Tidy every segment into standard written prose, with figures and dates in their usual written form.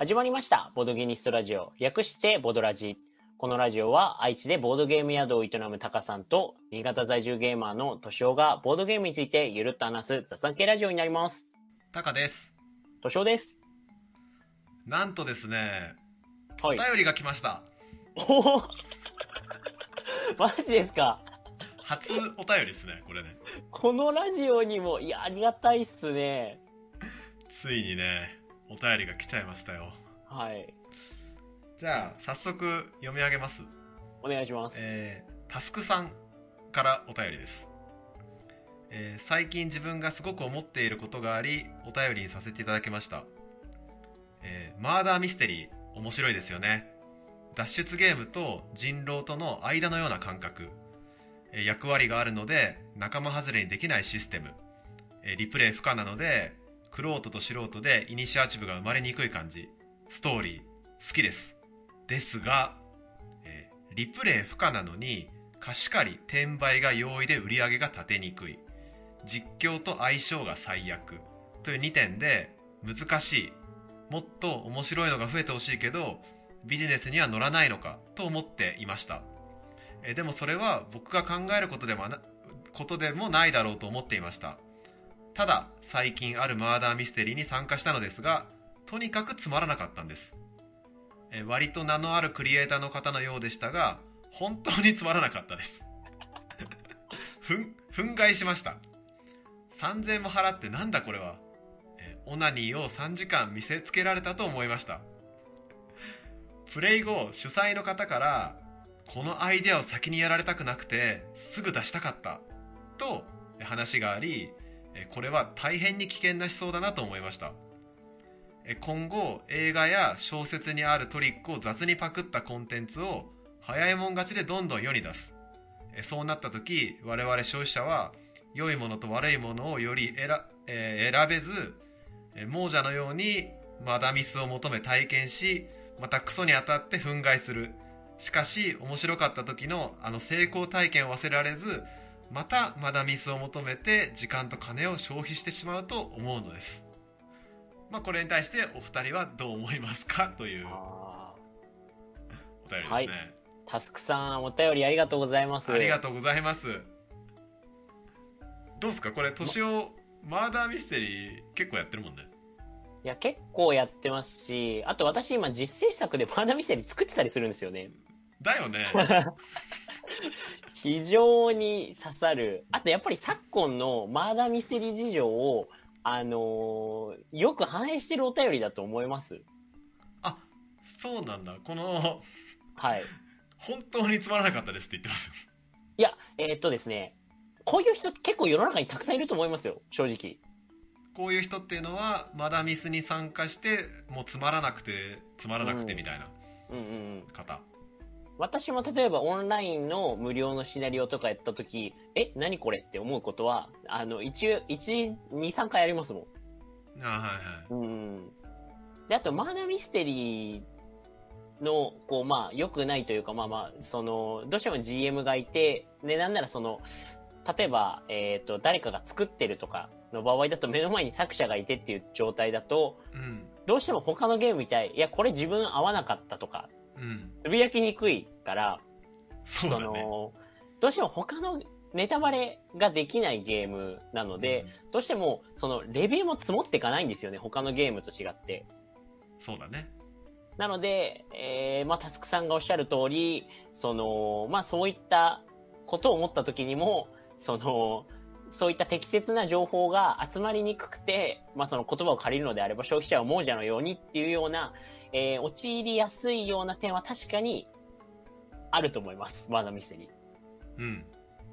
始まりました。ボードゲニストラジオ。略してボドラジ。このラジオは愛知でボードゲーム宿を営むタカさんと新潟在住ゲーマーのトシオがボードゲームについてゆるっと話す雑談系ラジオになります。 タカです。 トシオです。 なんとですね、 はい。 お便りが来ました。 おおマジですか。 初お便りですね、これね。 このラジオにも、ありがたいっすね。 ついにね、お便りが来ちゃいましたよ。 はい。 じゃあ、早速読み上げます。 お願いします。 タスクさんからお便りです。最近自分がすごく思っていることがあり、お便りにさせていただきました。マーダーミステリー、面白いですよね。脱出ゲームと人狼との間のような感覚。役割があるので仲間外れにできないシステム。リプレイ不可なので玄人と素人でイニシアチブが生まれにくい感じ。ストーリー好きです。ですが、リプレイ不可なのに貸し借り転売が容易で売り上げが立てにくい。実況と相性が最悪という2点で難しい。もっと面白いのが増えてほしいけどビジネスには乗らないのかと思っていました。でもそれは僕が考えることでもないだろうと思っていました。ただ最近あるマーダーミステリーに参加したのですが、とにかくつまらなかったんです。割と名のあるクリエイターの方のようでしたが、本当につまらなかったです。憤慨しました。3000円も払ってなんだこれは。オナニーを3時間見せつけられたと思いました。プレイ後主催の方からこのアイデアを先にやられたくなくてすぐ出したかったと話があり、これは大変に危険な思想だなと思いました。今後映画や小説にあるトリックを雑にパクったコンテンツを早いもん勝ちでどんどん世に出す。そうなった時我々消費者は良いものと悪いものをより選べず、亡者のようにマダミスを求め体験し、またクソに当たって憤慨する。しかし面白かった時のあの成功体験を忘れられず、またマダミスを求めて時間と金を消費してしまうと思うのです。これに対してお二人はどう思いますかというお便りですね。はい、 タスクさんお便りありがとうございます。 ありがとうございます。どうですかこれ、年をマーダーミステリー結構やってるもんね。 いや、結構やってますし、あと私今実制作でマーダーミステリー作ってたりするんですよね。 だよね。 非常に刺さる。あとやっぱり昨今のマーダーミステリー事情を、よく反映してるお便りだと思います。 あ、そうなんだ。この、 はい。 本当につまらなかったですって言ってます。 いや、ですね、こういう人結構世の中にたくさんいると思いますよ、正直。 こういう人っていうのはマダミスに参加してもうつまらなくてみたいな方。 私も例えばオンラインの無料のシナリオとかやった時、何これって思うことは1、2、3回ありますもん。 はいはい。 で、あとマーダーミステリーのこう良くないというか、そのどうしても GM がいて、でなんならその例えば誰かが作ってるとかの場合だと目の前に作者がいてっていう状態だと、どうしても他のゲームみたい、いやこれ自分合わなかったとか、つぶやきにくいから、 そうだね、 どうしても他のネタバレができないゲームなので、どうしてもそのレビューも積もっていかないんですよね、他のゲームと違って。 そうだね。 なので、タスクさんがおっしゃる通り、そのそういったことを思った時にも、そういった適切な情報が集まりにくくて、その言葉を借りるのであれば消費者は亡者のようにっていうような、陥りやすいような点は確かにあると思います。マーダーミステリー。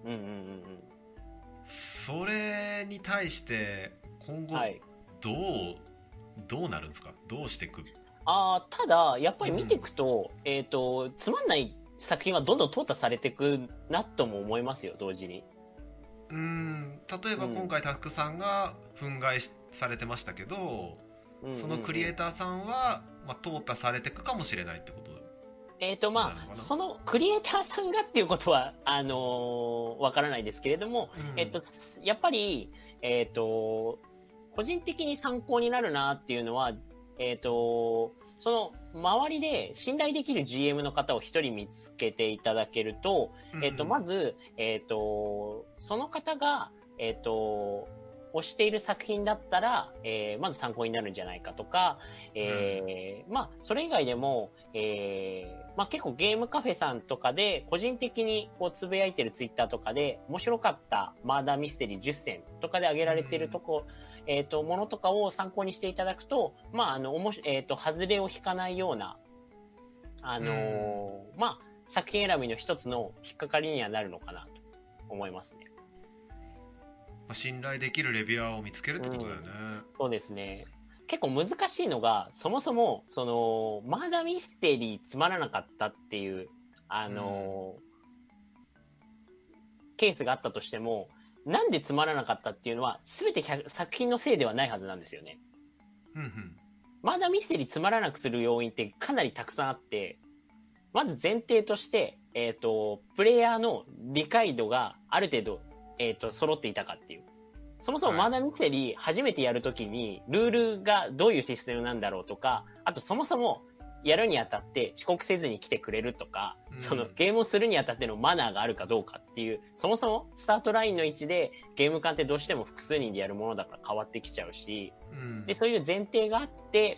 それに対して今後どうなるんですか？どうしていく？ ただやっぱり見ていくと、つまんない作品はどんどん淘汰されていくなとも思いますよ、同時に。 例えば今回タスクさんが憤慨されてましたけど、そのクリエイターさんは、淘汰されていくかもしれないってこと。 そのクリエイターさんがっていうことはわからないですけれども、やっぱり個人的に参考になるなっていうのは、 その周りで信頼できる GM の方を一人見つけていただけると、まず、その方が、推している作品だったら、まず参考になるんじゃないかとか、それ以外でも、結構ゲームカフェさんとかで個人的にこうつぶやいてるツイッターとかで面白かったマーダーミステリー10選とかで挙げられてるとこ、ものとかを参考にしていただくと、外れを引かないような、作品選びの一つの引っかかりにはなるのかなと思いますね。 信頼できるレビュアーを見つけるってことだよね。 そうですね。結構難しいのが、そもそも、マーダーミステリーつまらなかったっていう、ケースがあったとしても、なんでつまらなかったっていうのは、すべて作品のせいではないはずなんですよね。マーダーミステリーつまらなくする要因ってかなりたくさんあって、まず前提として、プレイヤーの理解度がある程度、揃っていたかっていう。そもそもマーダーミステリー初めてやるときに、ルールがどういうシステムなんだろうとか、あとそもそもやるにあたって遅刻せずに来てくれるとか、そのゲームをするにあたってのマナーがあるかどうかっていう、そもそもスタートラインの位置でゲーム感ってどうしても複数人でやるものだから変わってきちゃうし、で、そういう前提があって、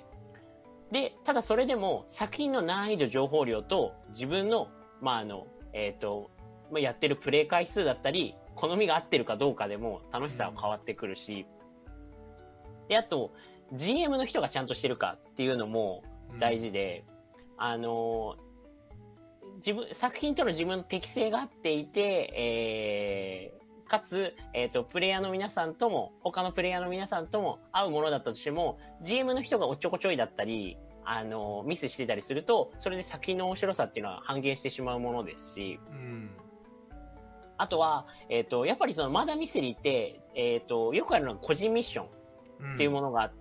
で、ただそれでも作品の難易度情報量と自分の、やってるプレイ回数だったり、好みが合ってるかどうかでも楽しさは変わってくるし、で、あと、GM の人がちゃんとしてるかっていうのも大事で、作品との自分の適性が合っていて、かつ、プレイヤーの皆さんとも、他のプレイヤーの皆さんとも合うものだったとしても、GM の人がおっちょこちょいだったり、ミスしてたりすると、それで作品の面白さっていうのは半減してしまうものですし、あとは、やっぱりそのマーダーミステリーって、よくあるのが個人ミッションっていうものがあって、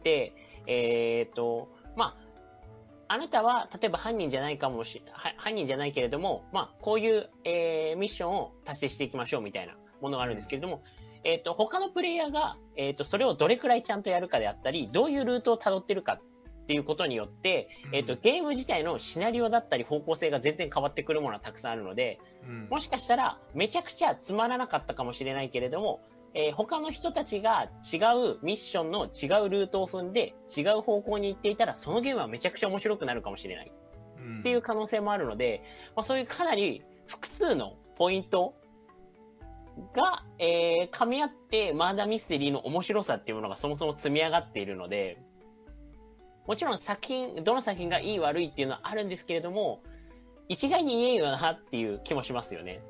あなたは、例えば犯人じゃないけれども、こういう、ミッションを達成していきましょうみたいなものがあるんですけれども、他のプレイヤーが、それをどれくらいちゃんとやるかであったり、どういうルートを辿ってるかっていうことによって、ゲーム自体のシナリオだったり方向性が全然変わってくるものはたくさんあるので、もしかしたらめちゃくちゃつまらなかったかもしれないけれども、他の人たちが違うミッションの違うルートを踏んで違う方向に行っていたら、そのゲームはめちゃくちゃ面白くなるかもしれないっていう可能性もあるので、そういうかなり複数のポイントが、噛み合ってマーダーミステリーの面白さっていうものがそもそも積み上がっているので、もちろんどの作品がいい悪いっていうのはあるんですけれども、一概に言えんよなっていう気もしますよね。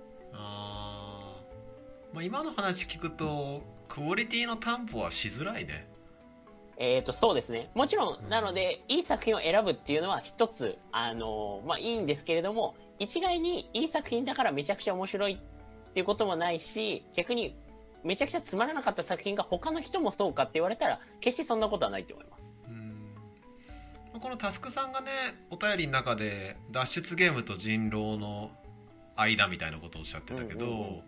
今の話聞くとクオリティの担保はしづらいね。 そうですね。もちろん、なので、いい作品を選ぶっていうのは一つ、いいんですけれども、一概にいい作品だからめちゃくちゃ面白いっていうこともないし、逆にめちゃくちゃつまらなかった作品が他の人もそうかって言われたら、決してそんなことはないと思います。 このタスクさんがね、お便りの中で脱出ゲームと人狼の間みたいなことをおっしゃってたけど、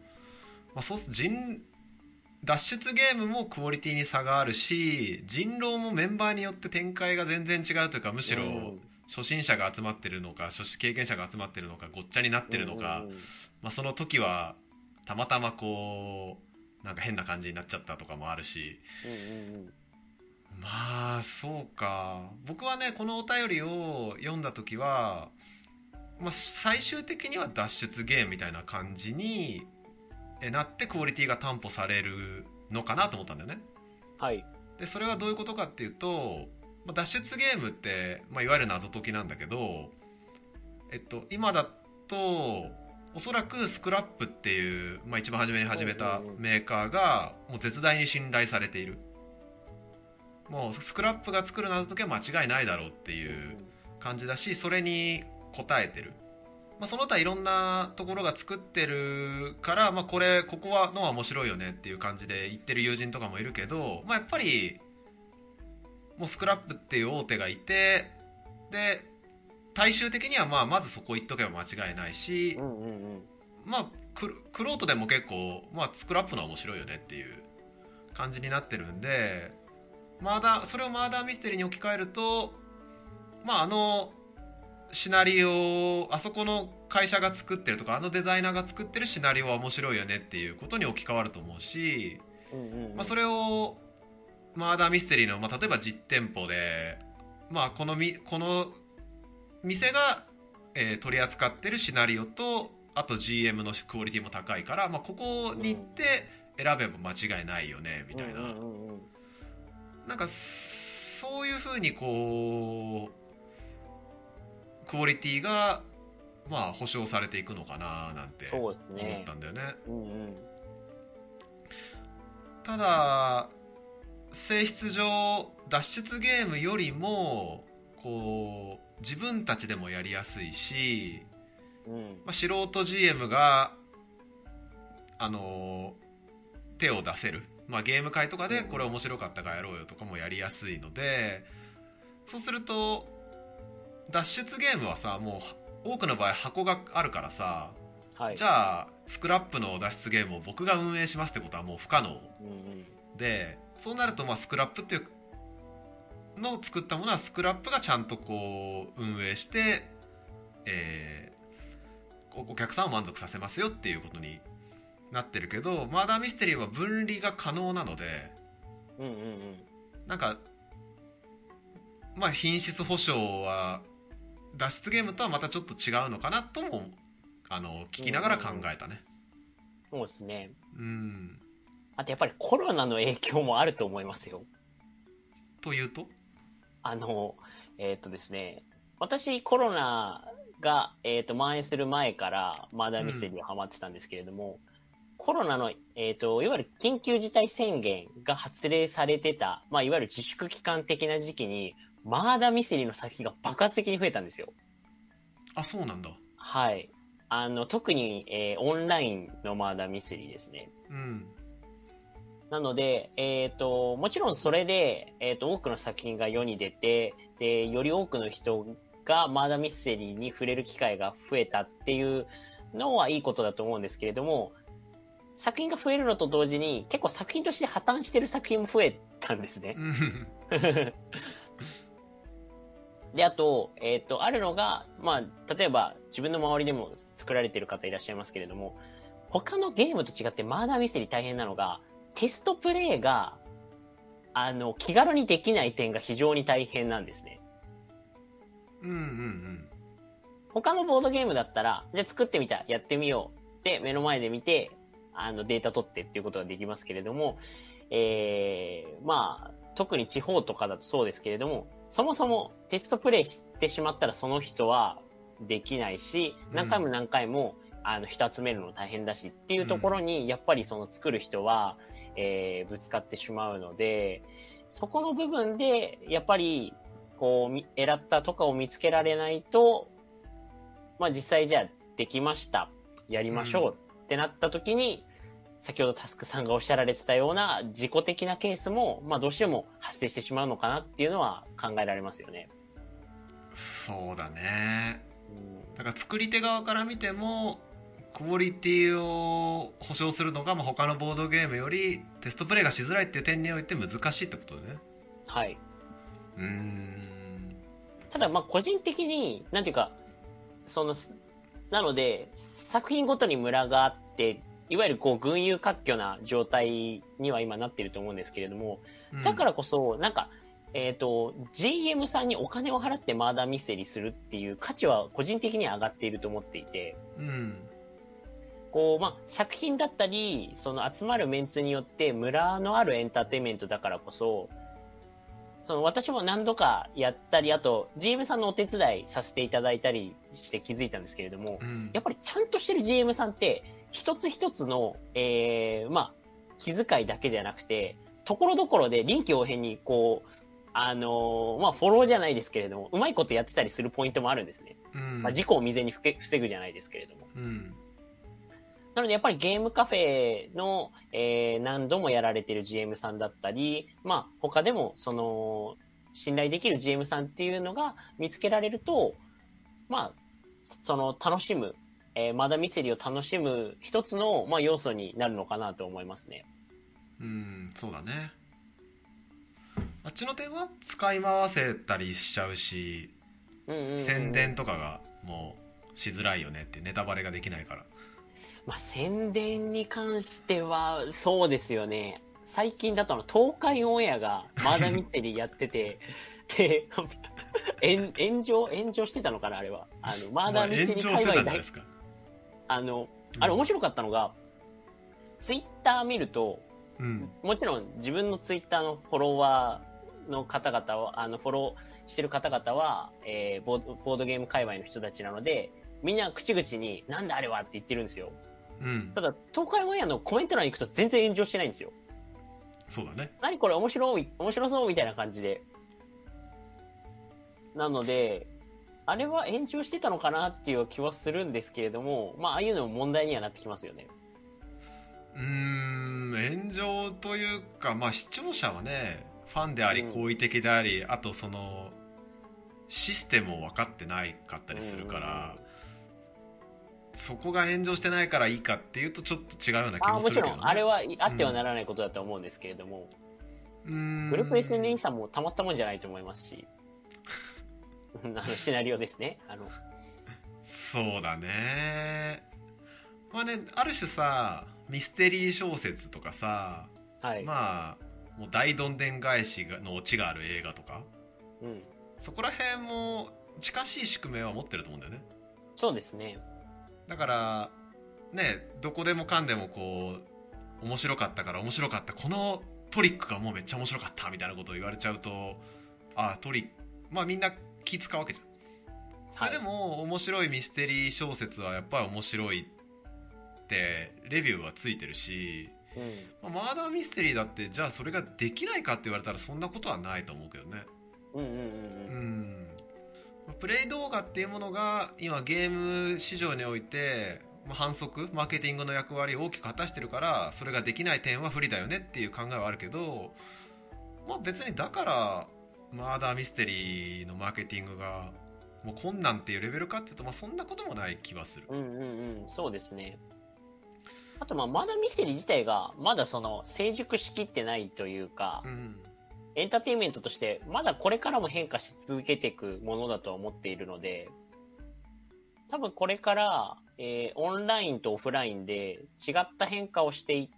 脱出ゲームもクオリティに差があるし、人狼もメンバーによって展開が全然違うというか、むしろ初心者が集まってるのか経験者が集まってるのかごっちゃになってるのか、その時はたまたまこうなんか変な感じになっちゃったとかもあるし、そうか。僕はね、このお便りを読んだ時は、最終的には脱出ゲームみたいな感じになってクオリティが担保されるのかなと思ったんだよね。 はい。 で、それはどういうことかっていうと、脱出ゲームって、いわゆる謎解きなんだけど、今だとおそらくスクラップっていう、一番初めに始めたメーカーがもう絶大に信頼されている。もうスクラップが作る謎解きは間違いないだろうっていう感じだし、それに応えてる。その他いろんなところが作ってるから、ここはのは面白いよねっていう感じで言ってる友人とかもいるけど、やっぱりもうスクラップっていう大手がいて、で大衆的にはまずそこ行っとけば間違いないし、クロートでも結構、スクラップのは面白いよねっていう感じになってるんで、 それをマーダーミステリーに置き換えると、まあシナリオ、あそこの会社が作ってるとか、デザイナーが作ってるシナリオは面白いよねっていうことに置き換わると思うし、それをマーダーミステリーの、例えば実店舗で、この店が、取り扱ってるシナリオと、あと GM のクオリティも高いから、ここに行って選べば間違いないよねみたいな、なんかそういう風にこうクオリティが保証されていくのかななんて思ったんだよね。ただ性質上脱出ゲームよりもこう自分たちでもやりやすいし、素人 GM が手を出せる、ゲーム会とかでこれ面白かったからやろうよとかもやりやすいので、そうすると脱出ゲームはさ、もう多くの場合箱があるからさ、じゃあスクラップの脱出ゲームを僕が運営しますってことはもう不可能、でそうなるとスクラップっていうのを作ったものはスクラップがちゃんとこう運営して、お客さんを満足させますよっていうことになってるけど、マーダーミステリーは分離が可能なので、なんか品質保証は脱出ゲームとはまたちょっと違うのかなとも聞きながら考えたね。 そうですね。あとやっぱりコロナの影響もあると思いますよ。 というとですね、私コロナが、蔓延する前からマーダーミステリーはハマってたんですけれども、コロナの、いわゆる緊急事態宣言が発令されてた、いわゆる自粛期間的な時期に、マーダーミステリーの作品が爆発的に増えたんですよ。 あ、そうなんだ。 はい。特に、オンラインのマーダーミステリーですね。なので、もちろんそれで、多くの作品が世に出て、で、より多くの人がマーダーミステリーに触れる機会が増えたっていうのはいいことだと思うんですけれども、作品が増えるのと同時に結構作品として破綻してる作品も増えたんですね。で、あと、あるのが、例えば自分の周りでも作られてる方いらっしゃいますけれども、他のゲームと違ってマーダーミステリー大変なのが、テストプレイが、気軽にできない点が非常に大変なんですね。他のボードゲームだったら、じゃあ作ってみた、やってみよう。で、目の前で見て、データ取ってっていうことができますけれども、特に地方とかだとそうですけれども、そもそもテストプレイしてしまったらその人はできないし、何回も何回も、人集めるの大変だしっていうところに、やっぱりその作る人は、ぶつかってしまうので、そこの部分で、やっぱり、こう、エラッタとかを見つけられないと、実際じゃあできました。やりましょうってなった時に、先ほどタスクさんがおっしゃられてたような自己的なケースも、どうしても発生してしまうのかなっていうのは考えられますよね。 そうだね。だから作り手側から見ても、クオリティを保証するのが、他のボードゲームよりテストプレイがしづらいっていう点において難しいってことだね。 はい。ただ個人的になんていうか、なので作品ごとにムラがあって、いわゆるこう群雄割拠な状態には今なっていると思うんですけれども、だからこそGM さんにお金を払ってマーダーミステリーするっていう価値は個人的には上がっていると思っていて、作品だったり、その集まるメンツによってムラのあるエンターテインメントだからこそ、私も何度かやったり、あと GM さんのお手伝いさせていただいたりして気づいたんですけれども、やっぱりちゃんとしてる GM さんって一つ一つの、気遣いだけじゃなくて、ところどころで臨機応変にこう、フォローじゃないですけれども、うまいことやってたりするポイントもあるんですね。事故を未然に防ぐじゃないですけれども。なのでやっぱりゲームカフェの、何度もやられている GM さんだったり、他でも信頼できる GM さんっていうのが見つけられると、楽しむ、マーダーミステリーを楽しむ一つの、要素になるのかなと思いますね。 そうだね。 あっちの点は使い回せたりしちゃうし、宣伝とかがもうしづらいよねって、ネタバレができないから。 まあ、宣伝に関しては、そうですよね。最近だと東海オンエアがマーダーミステリーやってて、で、炎上してたのかな、あれは。マーダーミステリー界隈だけ、あれ面白かったのが、ツイッター見ると、もちろん自分のツイッターのフォロワーの方々を、フォローしてる方々は、ボードゲーム界隈の人たちなので、みんな口々に、なんだあれはって言ってるんですよ。ただ、東海オンエアのコメント欄に行くと全然炎上してないんですよ。 そうだね。 何これ面白そうみたいな感じで。なので、あれは炎上してたのかなっていう気はするんですけれども、まあ、ああいうのも問題にはなってきますよね。 炎上というか、まあ視聴者はね、ファンであり好意的であり、あとその、システムを分かってないかったりするから、そこが炎上してないからいいかっていうとちょっと違うような気もするけどね。 もちろん、あれはあってはならないことだと思うんですけれども、グループ SNE さんもたまったもんじゃないと思いますし、シナリオですね。 そうだね。まあね、ある種さ、ミステリー小説とかさ、 はい、 まあ、もう大どんでん返しのオチがある映画とか、そこら辺も近しい宿命は持ってると思うんだよね。 そうですね。 だからね、どこでもかんでもこう面白かったから面白かった、このトリックがもうめっちゃ面白かったみたいなことを言われちゃうと、トリック、まあみんな気使うわけじゃん。それでも面白いミステリー小説はやっぱり面白いってレビューはついてるし、マーダーミステリーだってじゃあそれができないかって言われたらそんなことはないと思うけどね。プレイ動画っていうものが今ゲーム市場において反則マーケティングの役割を大きく果たしてるから、それができない点は不利だよねっていう考えはあるけど、まあ別にだからマーダーミステリーのマーケティングがもう困難っていうレベルかっていうと、まあそんなこともない気はする。 そうですね。あと、まあマーダーミステリー自体がまだその成熟しきってないというか、エンターテインメントとしてまだこれからも変化し続けていくものだとは思っているので、多分これから、オンラインとオフラインで違った変化をしていって、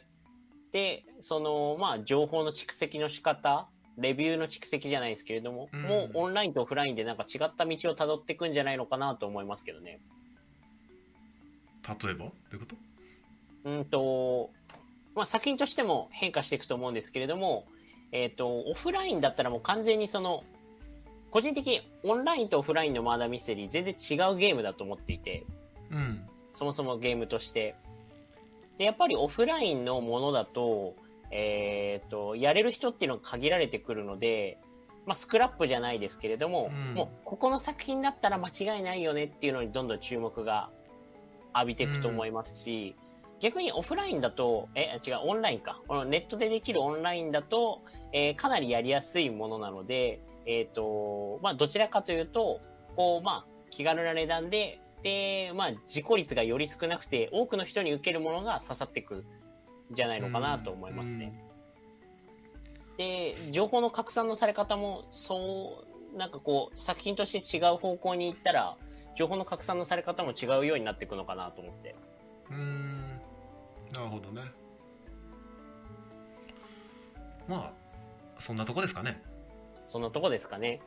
で、その、まあ、情報の蓄積の仕方、レビューの蓄積じゃないですけれども、もうオンラインとオフラインでなんか違った道を辿っていくんじゃないのかなと思いますけどね。 例えばどういうこと？ まあ、作品としても変化していくと思うんですけれども、オフラインだったらもう完全にその、個人的にオンラインとオフラインのマーダーミステリー全然違うゲームだと思っていて、そもそもゲームとして。で、やっぱりオフラインのものだと、やれる人っていうのが限られてくるので、まあ、スクラップじゃないですけれども、もう、ここの作品だったら間違いないよねっていうのにどんどん注目が浴びていくと思いますし、逆にオフラインだと、オンラインか。このネットでできるオンラインだと、かなりやりやすいものなので、まあ、どちらかというと、こう、まあ、気軽な値段で、で、まあ、事故率がより少なくて、多くの人に受けるものが刺さっていくんじゃないのかなと思いますね。で、情報の拡散のされ方も、そう、なんかこう、作品として違う方向に行ったら、情報の拡散のされ方も違うようになっていくのかなと思って。 なるほどね。まあ、そんなとこですかね。 そんなとこですかね。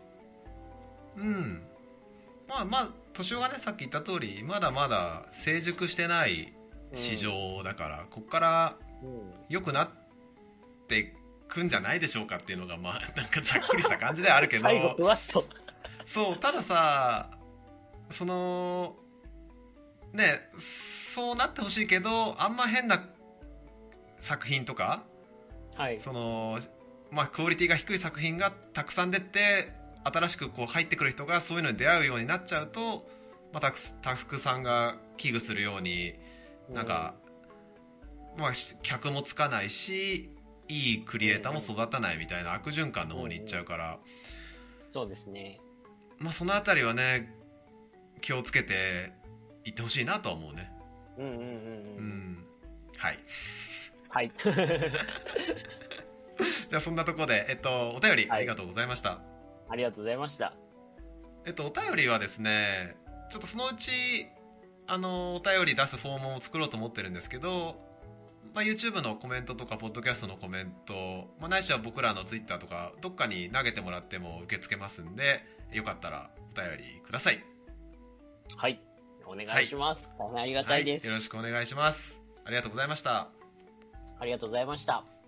まあ、年男がね、さっき言った通り、まだまだ成熟してない市場だから、こっから良くなってくんじゃないでしょうかっていうのが、まあ、なんかざっくりした感じではあるけど、 最後、ふわっと。 そう、たださ、その、ね、そうなってほしいけど、あんま変な作品とか、その、まあ、クオリティが低い作品がたくさん出て、新しくこう入ってくる人がそういうのに出会うようになっちゃうと、まあ、タスクさんが危惧するように、なんか、まあ、客もつかないし、いいクリエイターも育たないみたいな悪循環の方に行っちゃうから、 そうですね。 まあ、そのあたりはね、気をつけていってほしいなとは思うね。はい。 はい。 じゃあそんなところで、お便りあはい。 りがとうございました。 ありがとうございました。 お便りはですね、ちょっとそのうち、お便り出すフォームを作ろうと思ってるんですけど、まあ、YouTube のコメントとか、ポッドキャストのコメント、まあ、ないしは僕らの Twitter とか、どっかに投げてもらっても受け付けますんで、よかったらお便りください。 はい。お願はい。 いします。大変ありがたはい。 いです。 よろしくお願いします。ありがとうございました。 ありがとうございました。